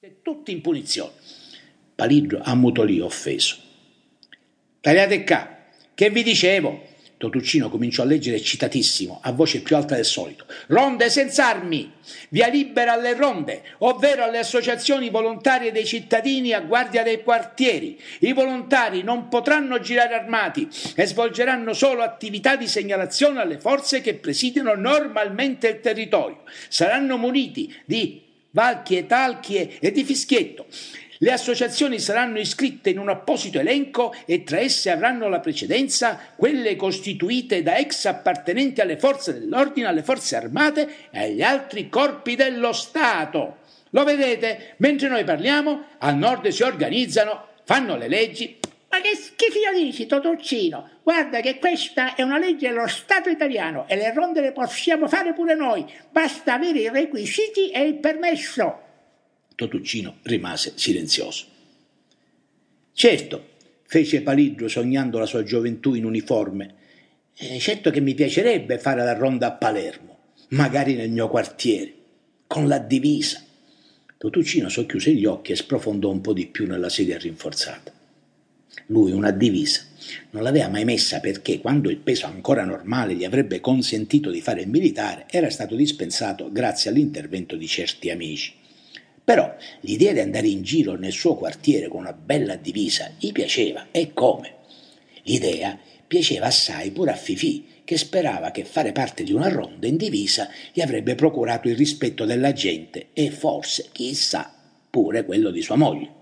Tutti in punizione. Palidro ammutolì offeso. Tagliate qua, che vi dicevo? Totuccino cominciò a leggere eccitatissimo, a voce più alta del solito. Ronde senza armi, via libera alle ronde, ovvero alle associazioni volontarie dei cittadini a guardia dei quartieri. I volontari non potranno girare armati e svolgeranno solo attività di segnalazione alle forze che presidiano normalmente il territorio. Saranno muniti di valchie, talchie e di fischietto. Le associazioni saranno iscritte in un apposito elenco e tra esse avranno la precedenza quelle costituite da ex appartenenti alle forze dell'ordine, alle forze armate e agli altri corpi dello Stato. Lo vedete? Mentre noi parliamo, al nord si organizzano, fanno le leggi. Ma che schifo dici, Totuccino? Guarda che questa è una legge dello Stato italiano e le ronde le possiamo fare pure noi. Basta avere i requisiti e il permesso. Totuccino rimase silenzioso. Certo, fece Palidro sognando la sua gioventù in uniforme. Certo che mi piacerebbe fare la ronda a Palermo, magari nel mio quartiere, con la divisa. Totuccino socchiuse gli occhi e sprofondò un po' di più nella sedia rinforzata. Lui una divisa non l'aveva mai messa perché, quando il peso ancora normale gli avrebbe consentito di fare il militare, era stato dispensato grazie all'intervento di certi amici. Però l'idea di andare in giro nel suo quartiere con una bella divisa gli piaceva, e come? L'idea piaceva assai pure a Fifì, che sperava che fare parte di una ronda in divisa gli avrebbe procurato il rispetto della gente e forse, chissà, pure quello di sua moglie.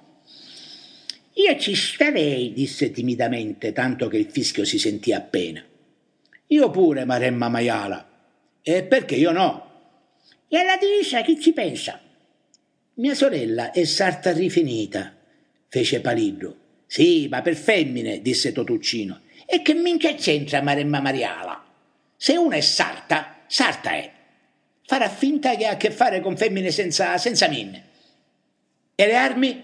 Io ci starei, disse timidamente, tanto che il fischio si sentì appena. Io pure, Maremma Maiala. E perché io no? E alla divisa chi ci pensa? Mia sorella è sarta rifinita, fece Palidro. Sì, ma per femmine, disse Totuccino. E che minchia c'entra Maremma Mariala? Se una è sarta, sarta è. Farà finta che ha a che fare con femmine senza minne. E le armi?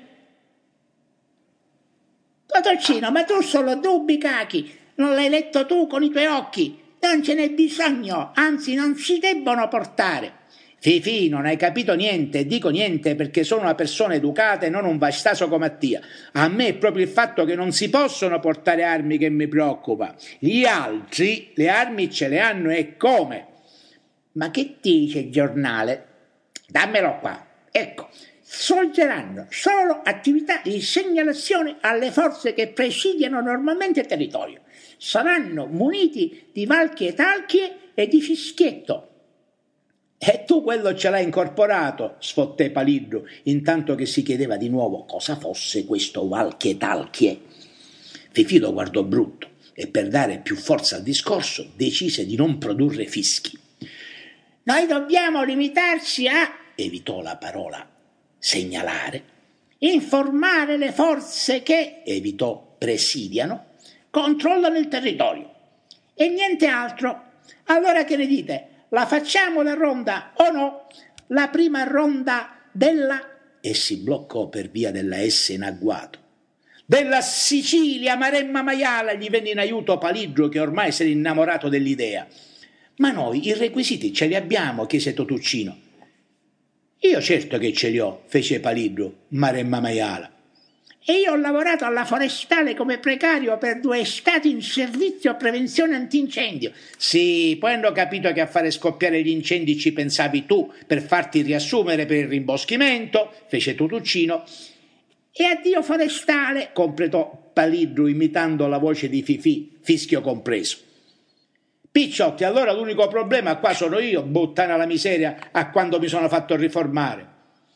Totuccino, ma tu solo dubbi, cachi. Non l'hai letto tu con i tuoi occhi. Non ce n'è bisogno, anzi non si debbono portare. Fifì, non hai capito niente, dico niente perché sono una persona educata e non un vastaso come Mattia. A me è proprio il fatto che non si possono portare armi che mi preoccupa. Gli altri le armi ce le hanno e come? Ma che dice il giornale? Dammelo qua. Ecco, svolgeranno solo attività di segnalazione alle forze che presidiano normalmente il territorio. Saranno muniti di valchie e talchie e di fischietto. E tu quello ce l'hai incorporato, sfotté Palidro, intanto che si chiedeva di nuovo cosa fosse questo valchie talchie. Fifì lo guardò brutto e per dare più forza al discorso decise di non produrre fischi. Noi dobbiamo limitarci a, evitò la parola, segnalare, informare le forze che, evitò, presidiano, controllano il territorio. E niente altro. Allora che ne dite? La facciamo la ronda o no? La prima ronda della... E si bloccò per via della S in agguato. Della Sicilia, Maremma Maiala, gli venne in aiuto Palidro che ormai si era innamorato dell'idea. Ma noi i requisiti ce li abbiamo, chiese Totuccino. Io certo che ce li ho, fece Palidro, Maremma Maiala. E io ho lavorato alla forestale come precario per 2 estati in servizio a prevenzione antincendio. Sì, poi hanno capito che a fare scoppiare gli incendi ci pensavi tu per farti riassumere per il rimboschimento, fece Totuccino. E addio forestale, completò Palidro imitando la voce di Fifì, fischio compreso. Picciotti, allora l'unico problema qua sono io, buttana alla miseria, a quando mi sono fatto riformare.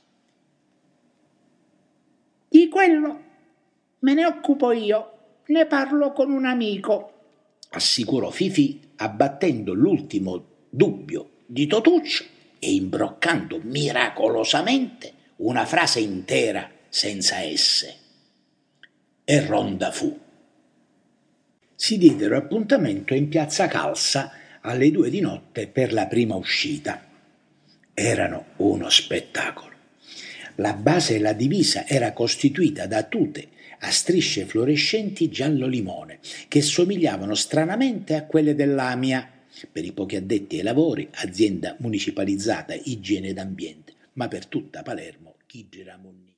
Di quello me ne occupo io, ne parlo con un amico, assicurò Fifì, abbattendo l'ultimo dubbio di Totuccio e imbroccando miracolosamente una frase intera senza esse. E ronda fu. Si diedero appuntamento in piazza Calza alle 2 di notte per la prima uscita. Erano uno spettacolo. La base e la divisa era costituita da tute a strisce fluorescenti giallo limone, che somigliavano stranamente a quelle dell'AMIA, per i pochi addetti ai lavori, azienda municipalizzata igiene d'ambiente, ma per tutta Palermo Chigi Ramonni.